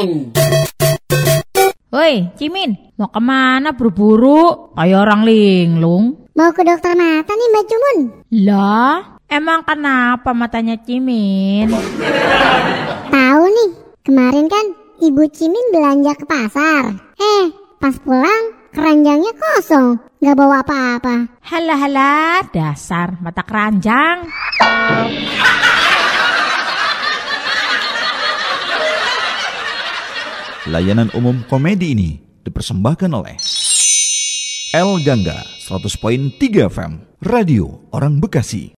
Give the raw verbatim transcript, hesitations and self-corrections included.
Cimin. Woi, Cimin, mau kemana buru-buru? Kayak orang linglung. Mau ke dokter mata nih Mbak Cumun. Lah, emang kenapa matanya Cimin? Tahu nih, kemarin kan Ibu Cimin belanja ke pasar. Eh, pas pulang keranjangnya kosong, gak bawa apa-apa. Halah-halah, dasar mata keranjang. Layanan umum komedi ini dipersembahkan oleh El Gangga seratus koma tiga F M Radio Orang Bekasi.